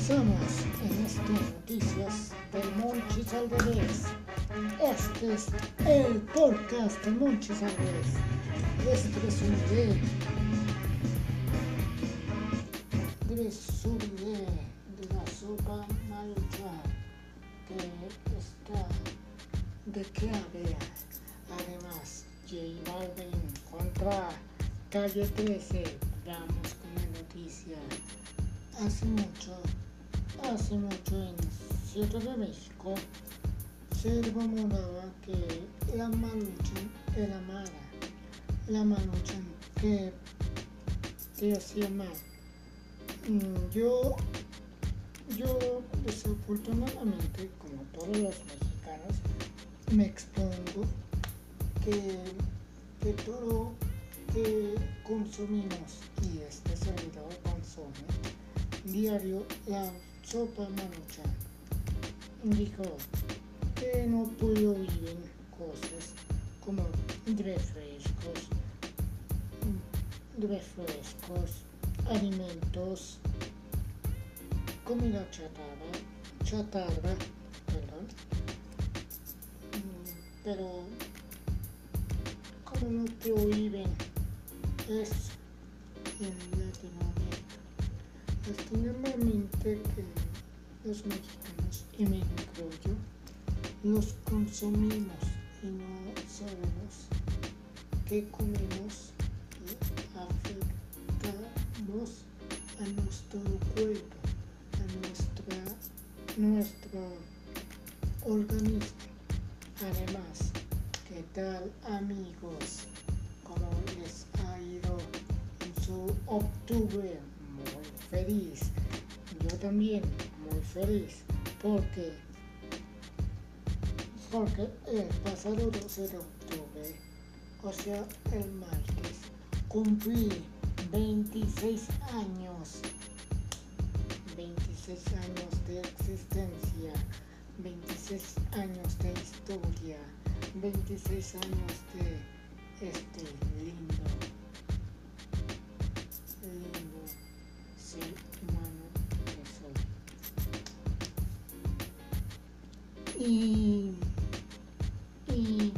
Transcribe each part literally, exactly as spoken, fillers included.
Comenzamos en estas noticias del Monchis al revés. Este es el podcast de Monchis al revés. Este es un video de su video de la sopa maruchan que está de que había. Además, J Balvin contra Calle trece. Vamos con la noticia. Hace mucho, hace mucho en Ciudad de México se rumoraba que la Maruchan era mala, la Maruchan que te hacía mal. Yo, yo desafortunadamente, como todos los mexicanos, me expongo que, que todo que consumimos y este servidor consume diario la sopa maruchan. Dijo que no prohíben cosas como refrescos, refrescos, alimentos, comida chatarra, chatarra, perdón, pero como no prohíben eso en Latinoamérica, lastimosamente que los mexicanos, y me incluyo, los consumimos y no sabemos qué comemos y afectamos a nuestro cuerpo, a nuestra, nuestro organismo. Además, ¿qué tal, amigos? ¿Cómo les ha ido en su octubre? Muy feliz. Yo también muy feliz porque, porque el pasado doce de octubre, o sea, el martes, cumplí veintiséis años. veintiséis años de existencia, veintiséis años de historia, veintiséis años de este lindo, lindo ser humano que soy. Y, y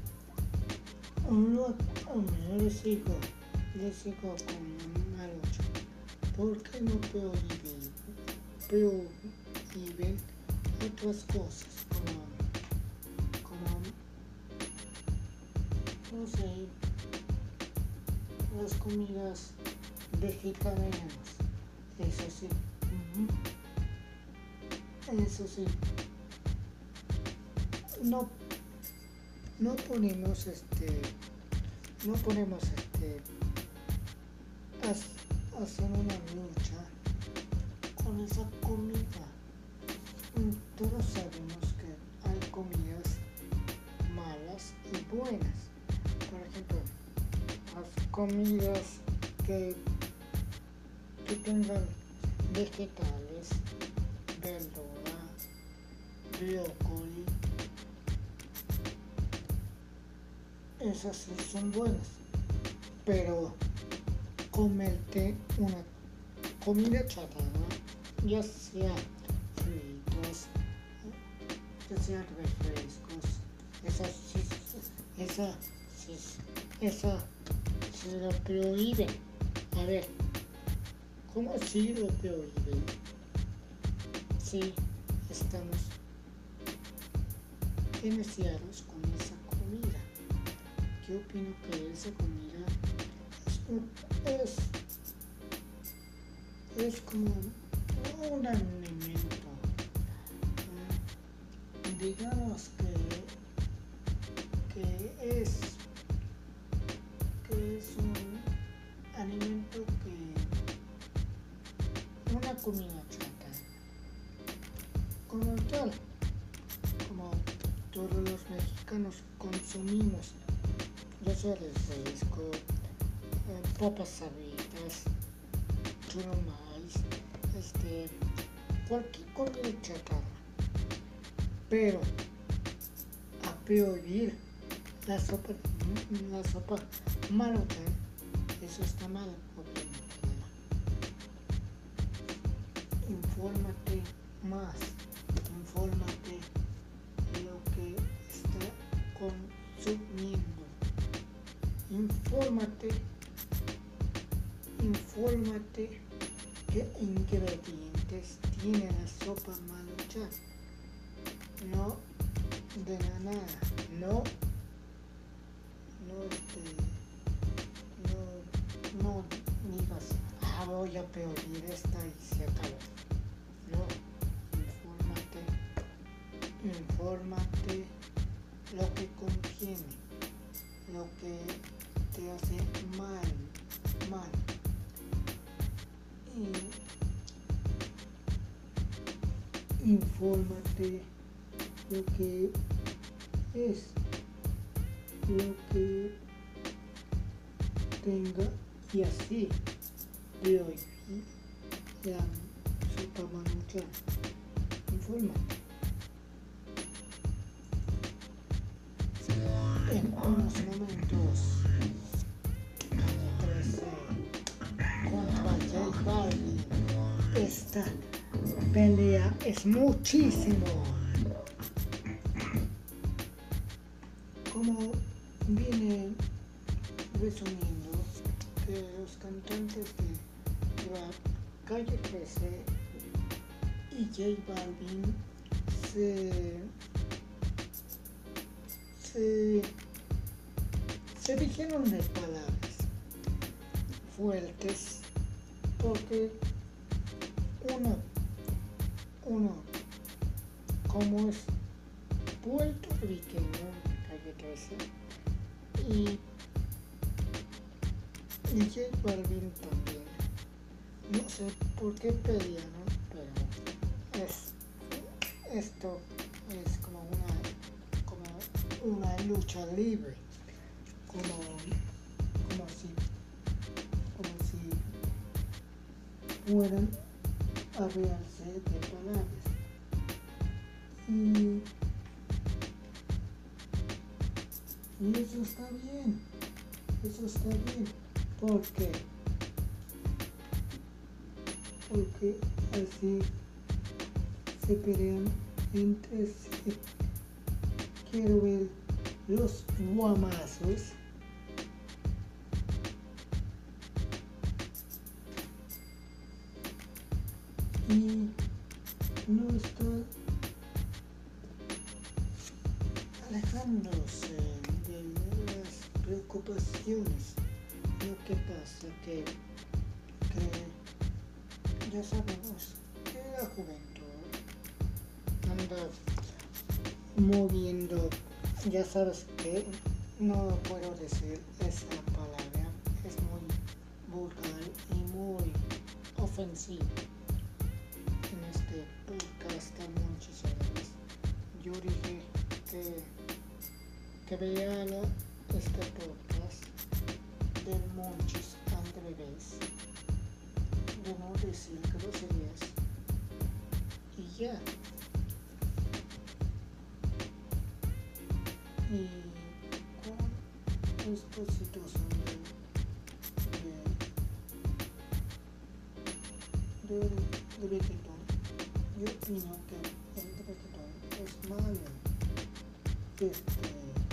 uno, uno les digo, les digo con Maruchan, ¿por qué no prohíben, prohíben otras cosas como, como, no sé, las comidas vegetarianas? Eso sí, uh-huh. Eso sí, no, no ponemos este, no ponemos este, a hacer una lucha con esa comida. Todos sabemos que hay comidas malas y buenas. Por ejemplo, las comidas que, que tengan vegetales, verdura, brócoli, esas sí son buenas. Pero comerte una comida chatarra, ya sea fritos, ya sean refrescos, esa sí, esa sí, esa se la prohíben. A ver, ¿cómo sí lo prohíben? Sí, estamos iniciados con esa comida. Yo opino que esa comida es, es, es como un alimento, eh, digamos que, que es que es un alimento que una comida chata, como tal, como todos los mexicanos consumimos, ya sea refresco, eh, papas sabritas, churro maíz, este, cualquier comida chatarra. Pero a prohibir la sopa, la sopa maruchan, eso está mal, obviamente. infórmate más, infórmate lo que está consumiendo, infórmate, infórmate qué ingredientes tiene la sopa Maruchan. No de la nada, no, no este, no, no digas, ah, voy a pedir esta y se acabó. No, infórmate, infórmate lo que contiene, lo que te hace mal, mal. Y infórmate lo que es, lo que tenga, y así de hoy la sopa Maruchan. Infórmate. En unos momentos, Calle trece contra J Balvin. Esta pelea es muchísimo. Como viene resumiendo, que los cantantes de la Calle trece y J Balvin se, se, se dijeron de palabras fuertes, porque uno, uno como es puertorriqueño, Calle trece, y, y J Balvin también. No sé por qué pelean, ¿no? Pero es, esto es como una, como una lucha libre, como, como si, como si fueran a hablarse de palabras. Y Y eso está bien, eso está bien, porque, porque así se pelean entre sí. Quiero ver los guamazos. Y no está alejándose de las preocupaciones. Lo que pasa que, que ya sabemos que la juventud anda moviendo, ya sabes que no puedo decir esa palabra, es muy vulgar y muy ofensiva. En este podcast de Monchis al revés, yo dije que, que veía la, este podcast del Monchis al revés, de no decir groserías y ya. Y con esta situación de, de, de, de reggaetón, yo opino que el reggaetón es malo. Este,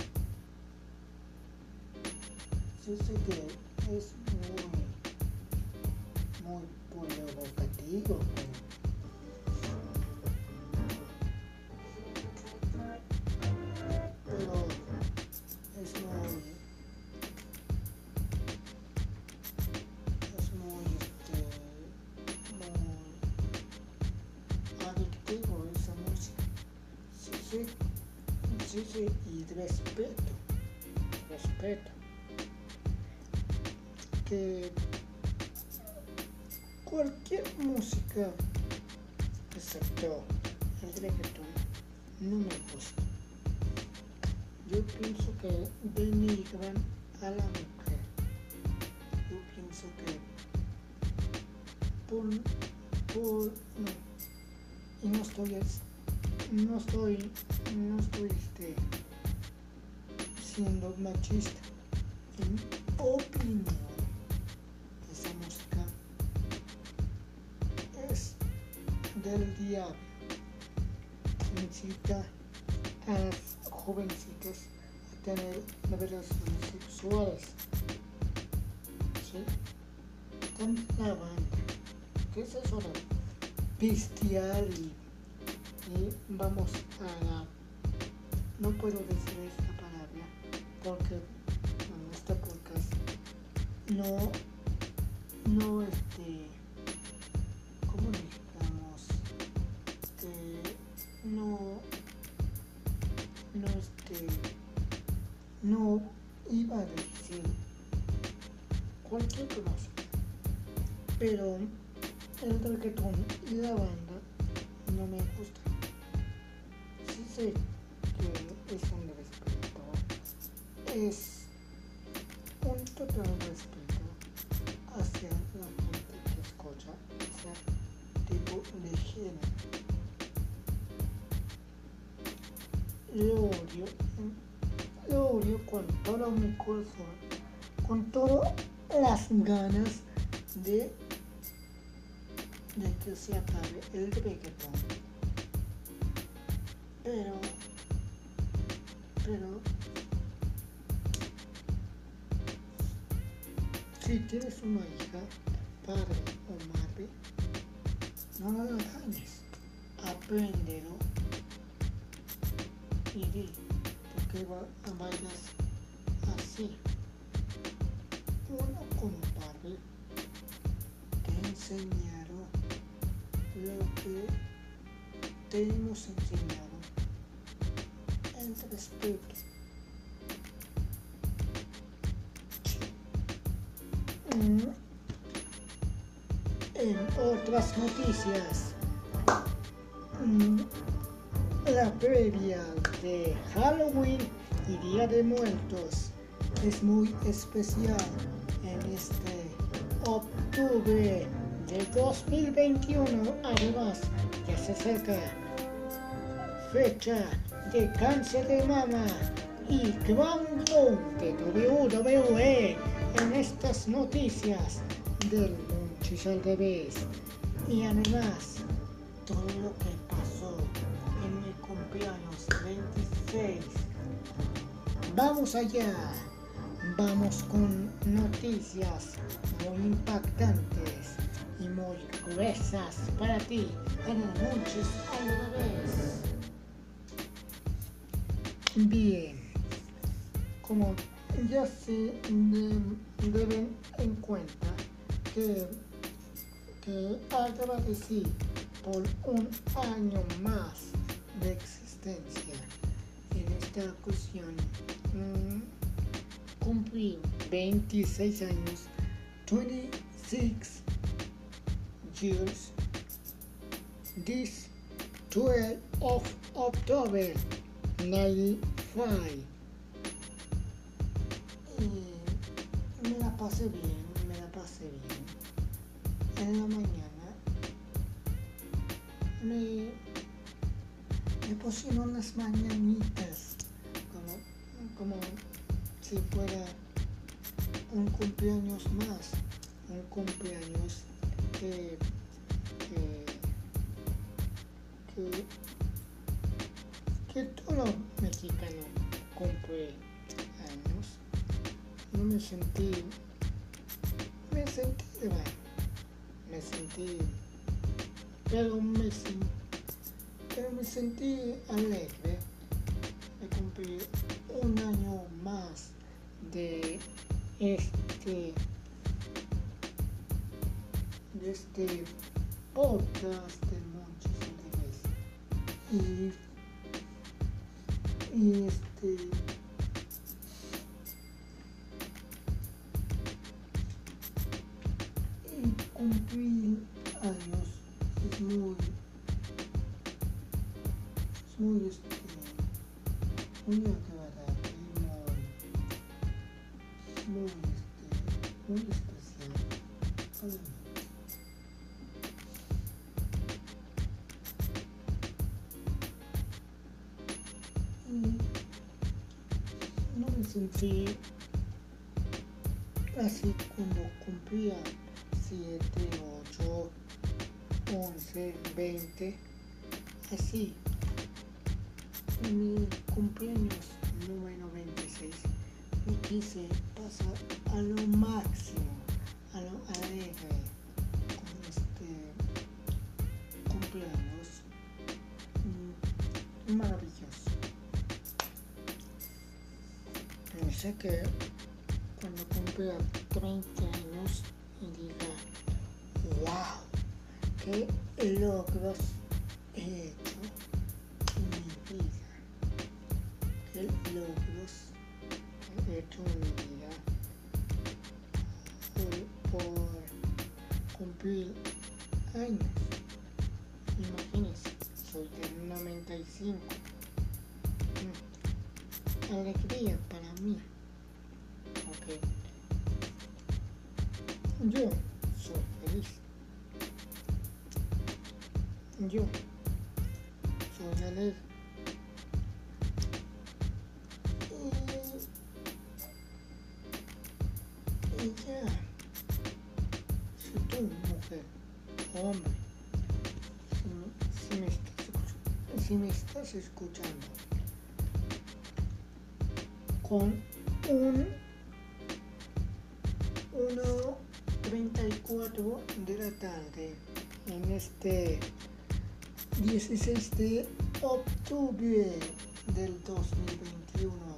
yo sé que es muy, muy provocativo, pero es muy, es muy, este, muy adictivo esa música. Sí, sí, sí, sí, y respeto, respeto, que cualquier música, excepto el reggaetón, no me gusta. Yo pienso que denigran a la mujer. Yo pienso que por, por no, y no estoy, no estoy, no estoy este, siendo machista. En mi opinión, esa música es del diablo incita a las jovencitas a tener relaciones sexuales. ¿Sí? También la banda, que es eso de pistear y, y vamos a la... No puedo decir esta palabra porque en este podcast no, no este, ¿cómo digamos? Eh, no, no este, no iba a decir cualquier cosa, pero el reggaetón y la banda no me gusta. Sí sé que es un respeto, es un total respeto hacia la gente que escucha ese tipo de género. Lo odio, lo odio con todo mi corazón, con todas las ganas de, de que se acabe el reggaetón. Pero, pero, si tienes una hija, padre o madre, no la dañes, apréndelo y di, porque va, vayas así. Uno como padre te enseñaron lo que te hemos enseñado, el respeto. En otras noticias, la previa de Halloween y Día de Muertos es muy especial en este octubre de dos mil veintiuno. Además, ya se acerca fecha de cáncer de mama y Crown Jewel de doble u doble u e en estas noticias del Monchis al revés. Y además, todo lo que pasó en mi cumpleaños veintiséis. Vamos allá, vamos con noticias muy impactantes y muy gruesas para ti en el Monchis al revés. Bien, como ya se deben en cuenta que, que agradecí por un año más de existencia. En esta ocasión mmm, cumplí veintiséis años, veintiséis years, this twelfth of October ninety-five. Y me la pasé bien, me la pasé bien. En la mañana me, me pusieron unas mañanitas, como, como si fuera un cumpleaños más, un cumpleaños que, que, que, que todo mexicano cumple años. No me sentí, me sentí mal, me sentí, pero me sentí, pero me sentí alegre de cumplir un año más de este, de este podcast de Monchis al revés. Y, y este, cumplir años es muy, es muy, este, muy agradable, muy, muy, este, muy especial para mí. Y no me sentí así cuando cumplía siete, ocho, once, veinte, así. Mi cumpleaños número veintiséis me quise pasar a lo máximo, a lo alegre con este cumpleaños mm, maravilloso. Pensé que cuando cumpla treinta años y diga, wow, qué logros he hecho en mi vida, qué logros he hecho en mi vida por, por cumplir años. Imagínense, soy del noventa y cinco. Mm, alegría para mí. Ok. Yo soy feliz. Yo soy alegre. Y, y ya, si tú, mujer, hombre, si me, si me estás, escuch- si me estás escuchando con un una treinta y cuatro de la tarde en este dieciséis de octubre del dos mil veintiuno.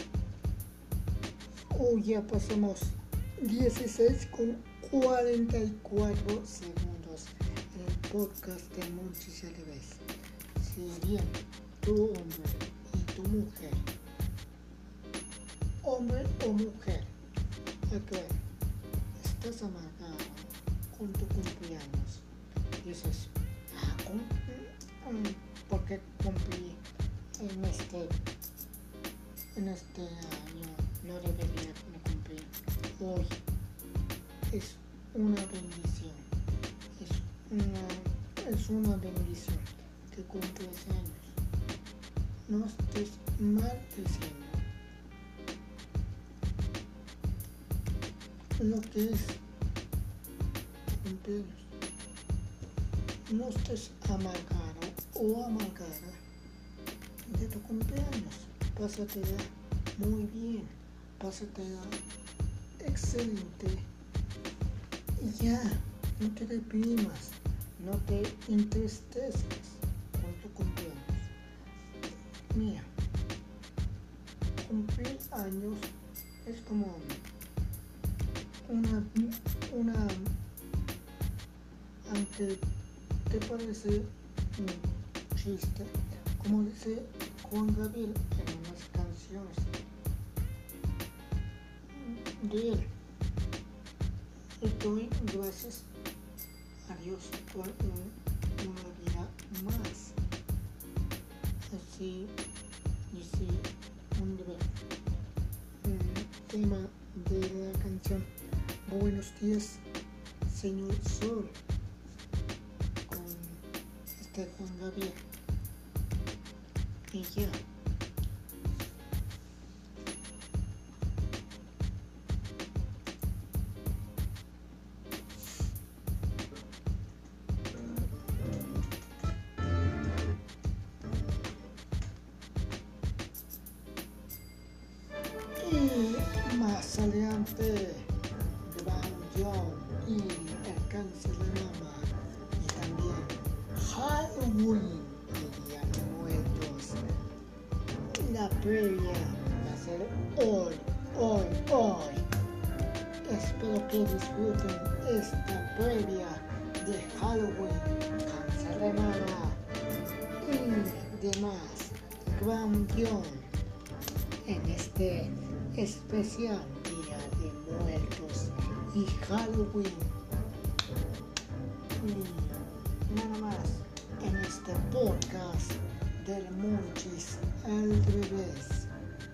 Hoy ya pasamos dieciséis con cuarenta y cuatro segundos en el podcast de Monchis al revés. Si bien tu hombre y tu mujer, hombre o mujer, acá estás amargado con tu cumpleaños, dices, ah, ¿cómo? ¿Por qué cumplí en este, en este año? No debería cumplir. Hoy es una bendición, es una, es una bendición que cumples años. No estés maldiciendo lo que es cumpleaños. No estés amargado o amargada de tu cumpleaños. Pásatela muy bien, pásatela excelente y ya, no te deprimas, no te entristezcas con tu cumpleaños. Mira, cumplir años es como una, una, aunque te parece un chiste, como dice Juan Gabriel en unas canciones de él, le doy gracias a Dios por un, una vida más. Así dice un, un tema de la canción Buenos días, señor Sol, con este Juan Gabriel. Y ya. Y más adelante, Grand John y el cáncer de mama, y también Halloween, el Día de Muertos. La previa va a ser hoy, hoy, hoy. Espero que disfruten esta previa de Halloween, cáncer de mama y demás. Grand John en este especial Día de Muertos y Halloween. Y nada más en este podcast del Monchis al revés.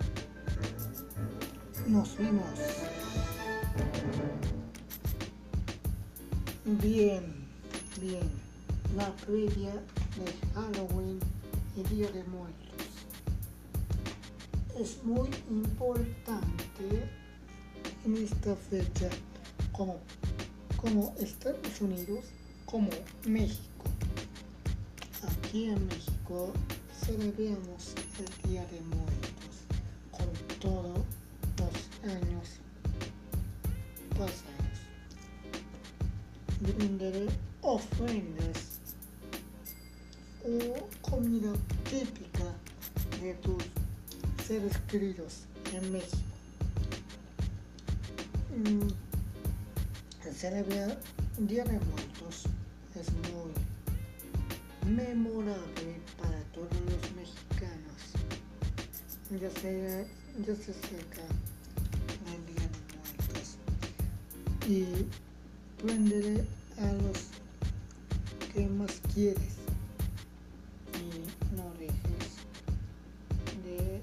Nos vemos. Bien, bien. La previa de Halloween y Día de Muertos es muy importante en esta fecha, como, como Estados Unidos, como México. aquí en México celebramos el Día de Muertos con todos los años pasados. Brindaré ofrendas o comida típica de tus seres queridos en México. Mm, celebrar Día de Muertos es muy memorable para todos los mexicanos. Ya se, ya se acerca el Día de Muertos y prenderé a los que más quieres y no dejes de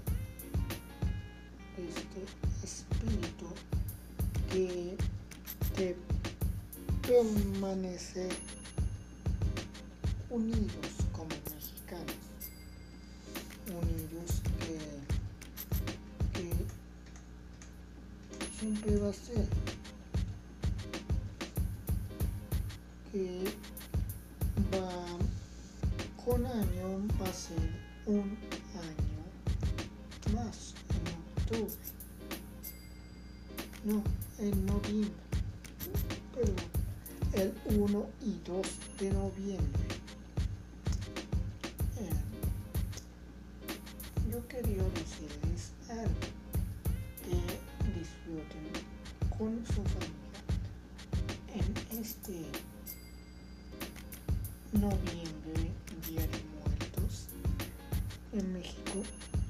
este espíritu que te permanece unidos como mexicanos, unidos que, que siempre va a ser, que va con año, va a ser un año más en octubre, no, en noviembre, pero el uno y dos de noviembre. Yo quería decirles algo, que disfruten con su familia en este noviembre, Día de Muertos en México,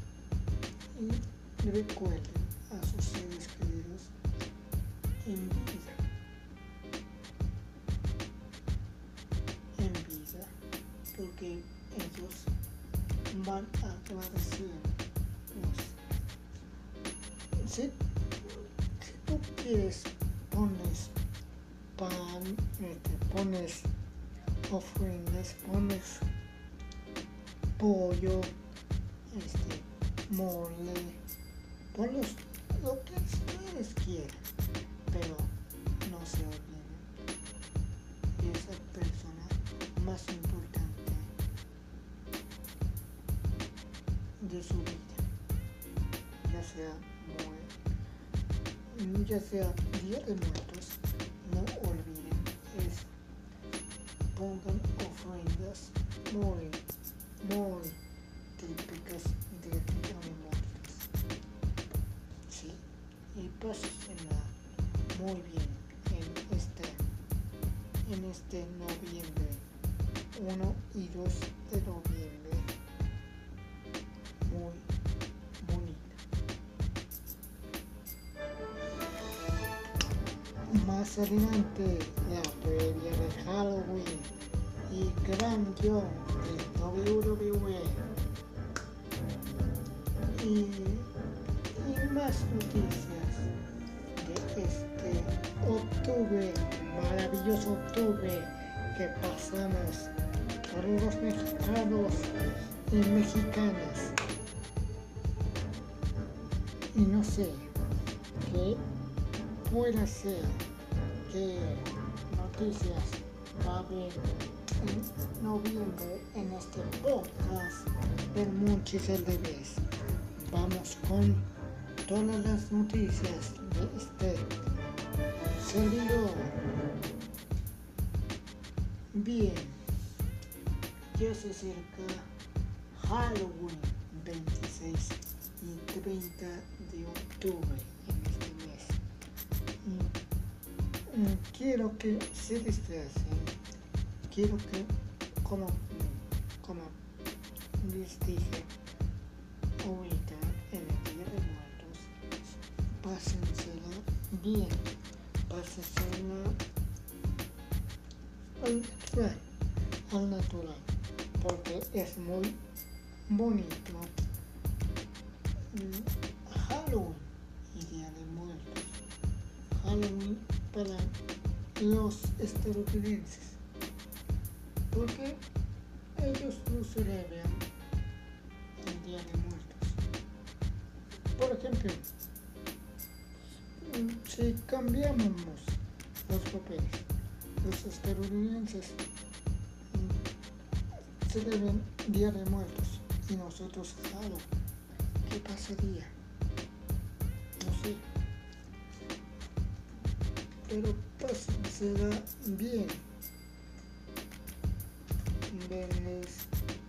y recuerden a sus seres queridos en vida, en vida, porque ellos van a agradecernos. Si, si tú quieres, pones pan, este, pones ofrendas, pones pollo, este, mole, ponlos lo que ustedes quieran, pero no se olviden de esa persona más importante de su vida, ya sea muy, ya sea Día de Muertos, no olviden eso. Pongan ofrendas muy, muy típicas de Día de Muertos, sí, y pásenla muy bien en este, en este noviembre, uno y dos de noviembre. Muy bonita. Más adelante, la previa de Halloween y Grand John de doble u doble u E y, y más noticias de este octubre, maravilloso octubre que pasamos por los mexicanos y mexicanas. Y no sé qué pueda ser, qué noticias va a haber en noviembre en este podcast del Monchis el Revés. Vamos con todas las noticias de este servidor. Bien, ya se acerca Halloween veintiséis y treinta de octubre en este mes. Y, y quiero que se disfracen, quiero que, como, como les dije ahorita en el Día de Muertos, pásensela bien, pásensela al natural, al natural, porque es muy bonito. Halloween y Día de Muertos. Halloween para los estadounidenses, porque ellos no celebran el Día de Muertos. Por ejemplo, si cambiamos los papeles, los estadounidenses celebren Día de Muertos y nosotros Halloween, ¿qué pasaría? No sé. Pero pásensela bien. Denles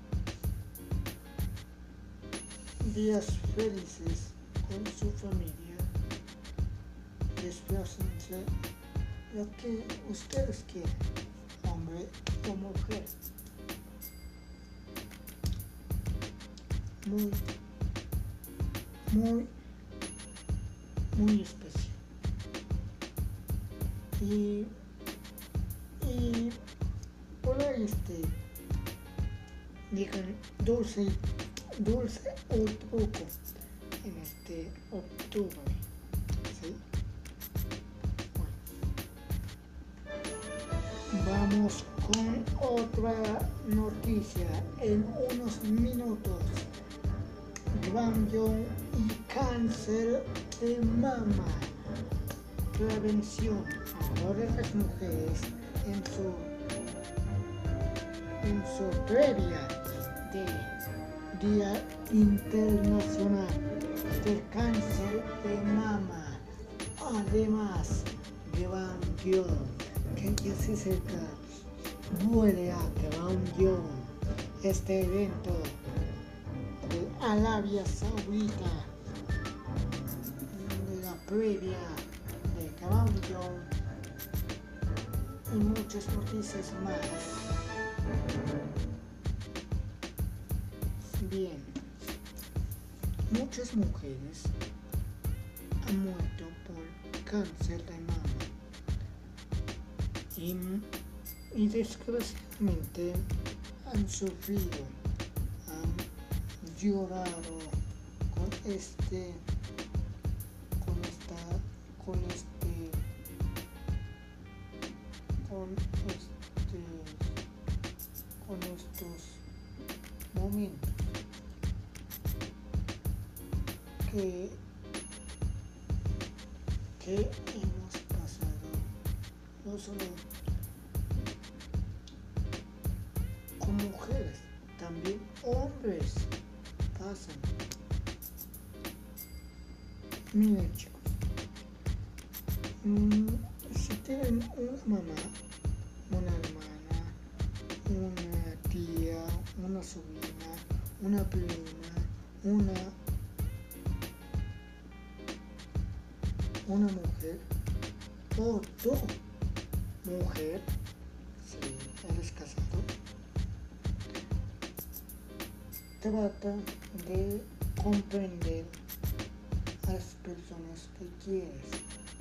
días felices con su familia. Desplázanse lo que ustedes quieran, hombre o mujer. Muy, muy, muy especial. Y, y por ahí este, digan dulce, dulce o truco en este octubre, ¿sí? Bueno, vamos con otra noticia en unos minutos. Gwangyoung y cáncer de mama. Prevención ahora las mujeres en su en su previa de Día Internacional del Cáncer de Mama. Además, Gwangyoung, que ya se acerca, vuelve a Gwangyoung, este evento de Arabia Saudita, de la previa de Gwangyoung y muchas noticias más. Bien, muchas mujeres han muerto por cáncer de mama y, y desgraciadamente han sufrido, han llorado con este, con esta, con este, con este, con estos momentos que, que hemos pasado, no solo con mujeres, también hombres pasan. Miren chicos, mmm, si tienen una mamá, una hermana, una tía, una sobrina, una prima, una una mujer o tú, mujer, si eres casado, trata de comprender a las personas que quieres,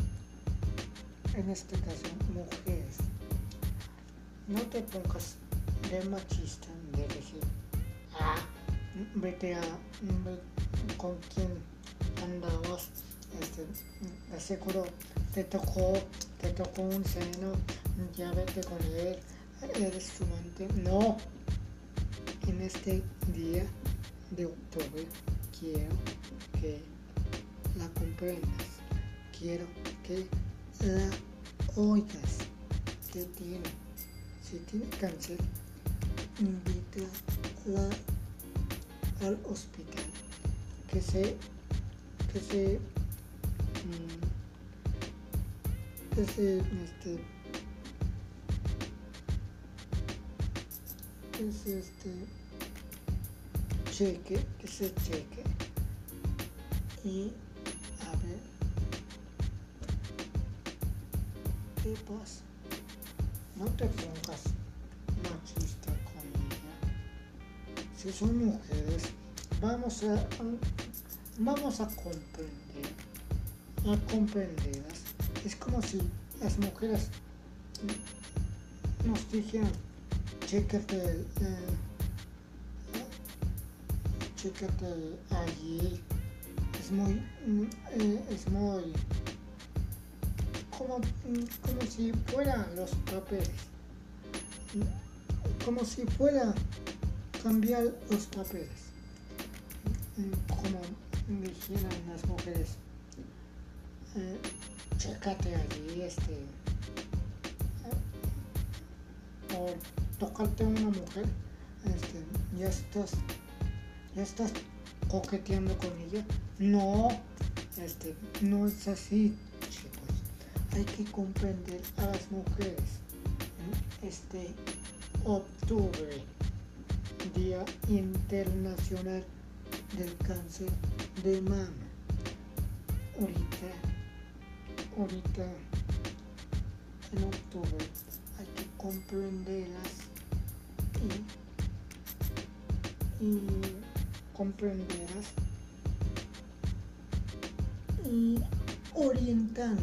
en este caso mujeres. No te pongas de machista, de decir, ah, vete a, ve, con quien andabas, este, de seguro te tocó, te tocó un seno, ya vete con él, eres su amante. No, en este día de octubre quiero que la comprendas, quiero que la oigas, que tiene, si tiene cáncer, invítala al hospital, que se, que se, mmm, que se, este, que se, este, cheque, que se cheque y a ver qué pasa. No te pongas machista con ella. Si son mujeres, vamos a, vamos a comprender, a comprenderlas. Es como si las mujeres nos dijeran, chécate, eh, chécate allí. Es muy, eh, es muy, como, como si fueran los papeles, como si fuera cambiar los papeles, como dijeran las mujeres, eh, chécate allí, este, eh, o tocarte a una mujer, este, ya estás, ya estás coqueteando con ella. No, este, no es así, chicos. Hay que comprender a las mujeres. Este octubre, Día Internacional del Cáncer de Mama. Ahorita, ahorita, en octubre, hay que comprenderlas y, y comprenderlas y orientarlas.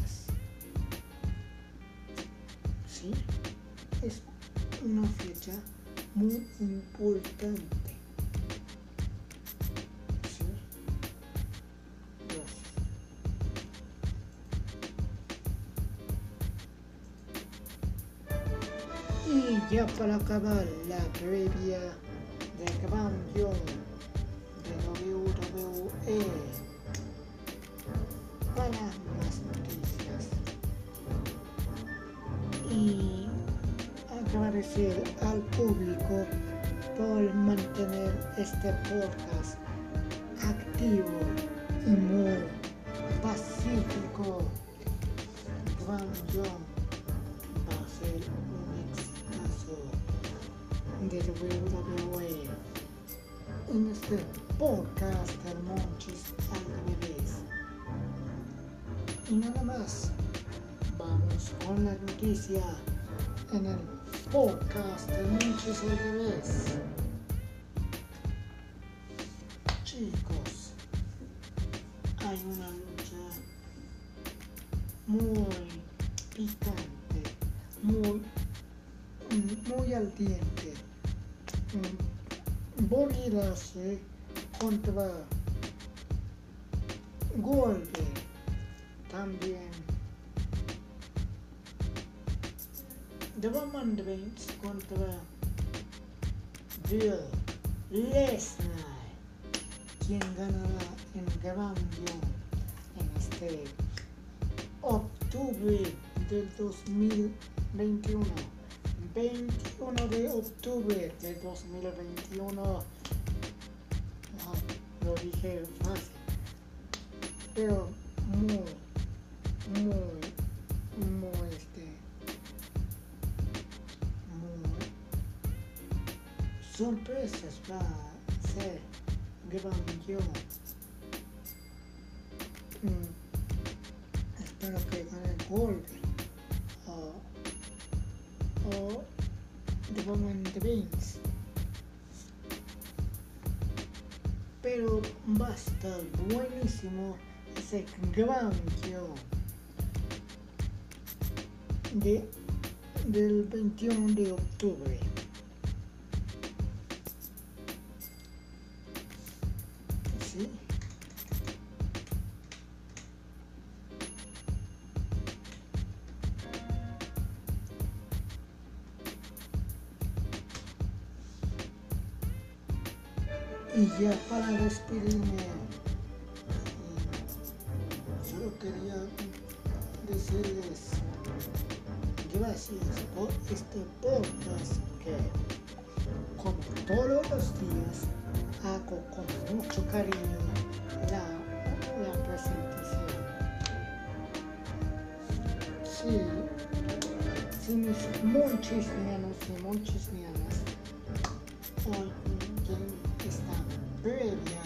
¿Sí? Es una fecha muy importante. ¿Sí? Gracias. Y ya para acabar la previa del campeón de W W E, para las noticias. Y agradecer al público por mantener este podcast activo y muy pacífico. Grand John va a ser un exitazo de W W E en este podcast del Monchis al revés. Y nada más, vamos con la noticia en el podcast de Monchis al revés. Chicos, hay una lucha muy picante, muy, muy ardiente. Bobby Lashley contra Goldberg. También The Roman Reigns contra Bill Lesnar. ¿Quién ganará en Grand Prix en este octubre del dos mil veintiuno? veintiuno de octubre del dos mil veintiuno. Oh, lo dije fácil, pero muy, muy, muy, este, muy sorpresas va a ser grandioso. Mm, espero que gane Goldberg o, o The Roman Reigns, pero va a estar buenísimo ese gran show de, del veintiuno de octubre. ¿Sí? Y ya para despedirme, solo quería decirles gracias por este podcast que, como todos los días, hago con mucho cariño la, la presentación. Sí, si mis monchisnianos y monchisnianas hoy esta previa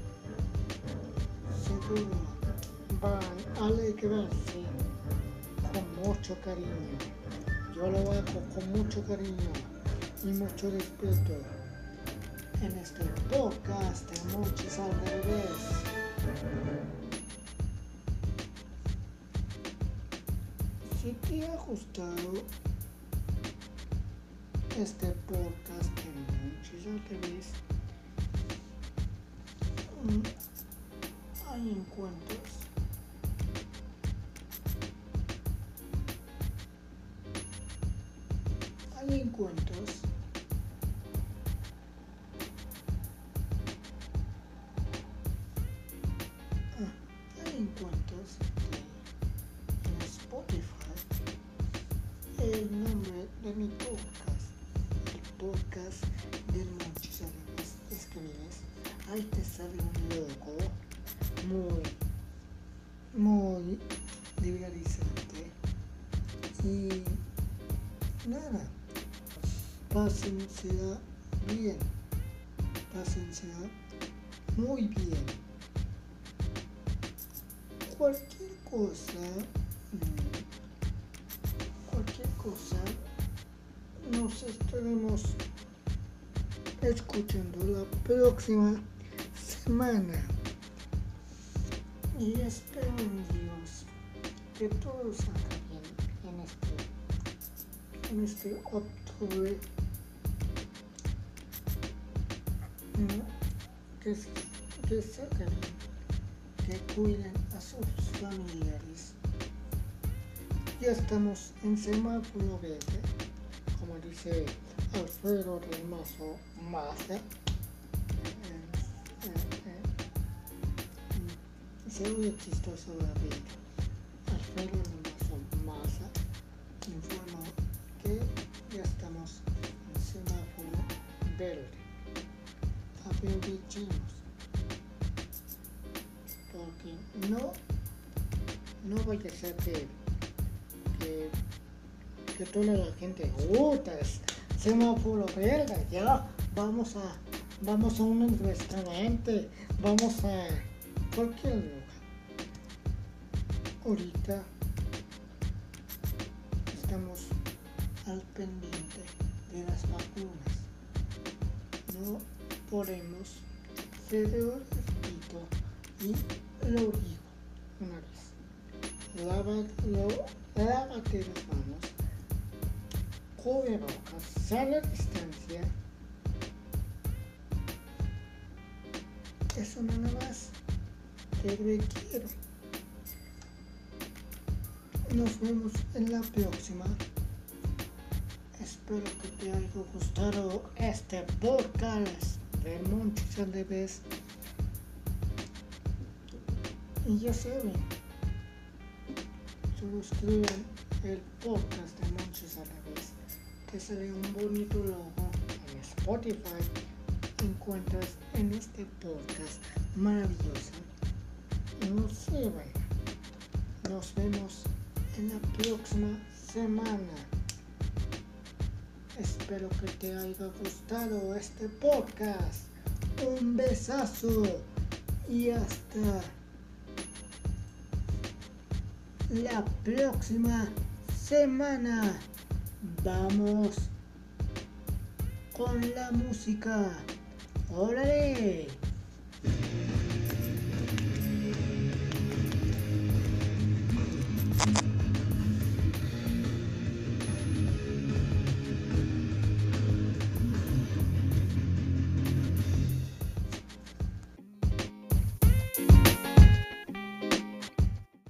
seguro van a alegrarse con mucho cariño. Yo lo hago con mucho cariño y mucho respeto en este podcast de Monchis al revés. Si te ha gustado este podcast de Monchis al revés, hay encuentros hay encuentros ah, hay encuentros de, en Spotify. El nombre de mi podcast, el podcast del Monchis Arenas. Escribes, ahí te sale un logo muy, muy divertidamente. Y nada, pásensela bien, pásensela muy bien. Cualquier cosa, cualquier cosa, nos estaremos escuchando la próxima semana. Y espero en Dios que todo salga bien en este, en este octubre. Que, que salga bien, que cuiden a sus familiares. Ya estamos en semáforo verde, como dice Alfredo del Mazo Maza. Eh, eh, eh. Se oye chistoso la vida. Alfredo del Mazo Maza informa que ya estamos en semáforo verde. Aprovechemos, porque no, no vaya a ser que, que, que toda la gente, puta, semáforo verde, ya, vamos a, vamos a un restaurante, vamos a cualquier lugar. Ahorita estamos al pendiente de las vacunas. No podemos, se lo repito y lo digo una vez, Lava, lo, lávate las manos, cubrebocas, sana distancia. Eso nada más te requiero. Nos vemos en la próxima. Espero que te haya gustado este podcast de Monchis al Revés. Y ya saben, suscriban el podcast de Monchis al Revés. Te sale un bonito logo en Spotify. Encuentras en este podcast maravilloso. Y no se vayan. Nos vemos en la próxima semana. Espero que te haya gustado este podcast. Un besazo y hasta la próxima semana. Vamos con la música. ¡Órale!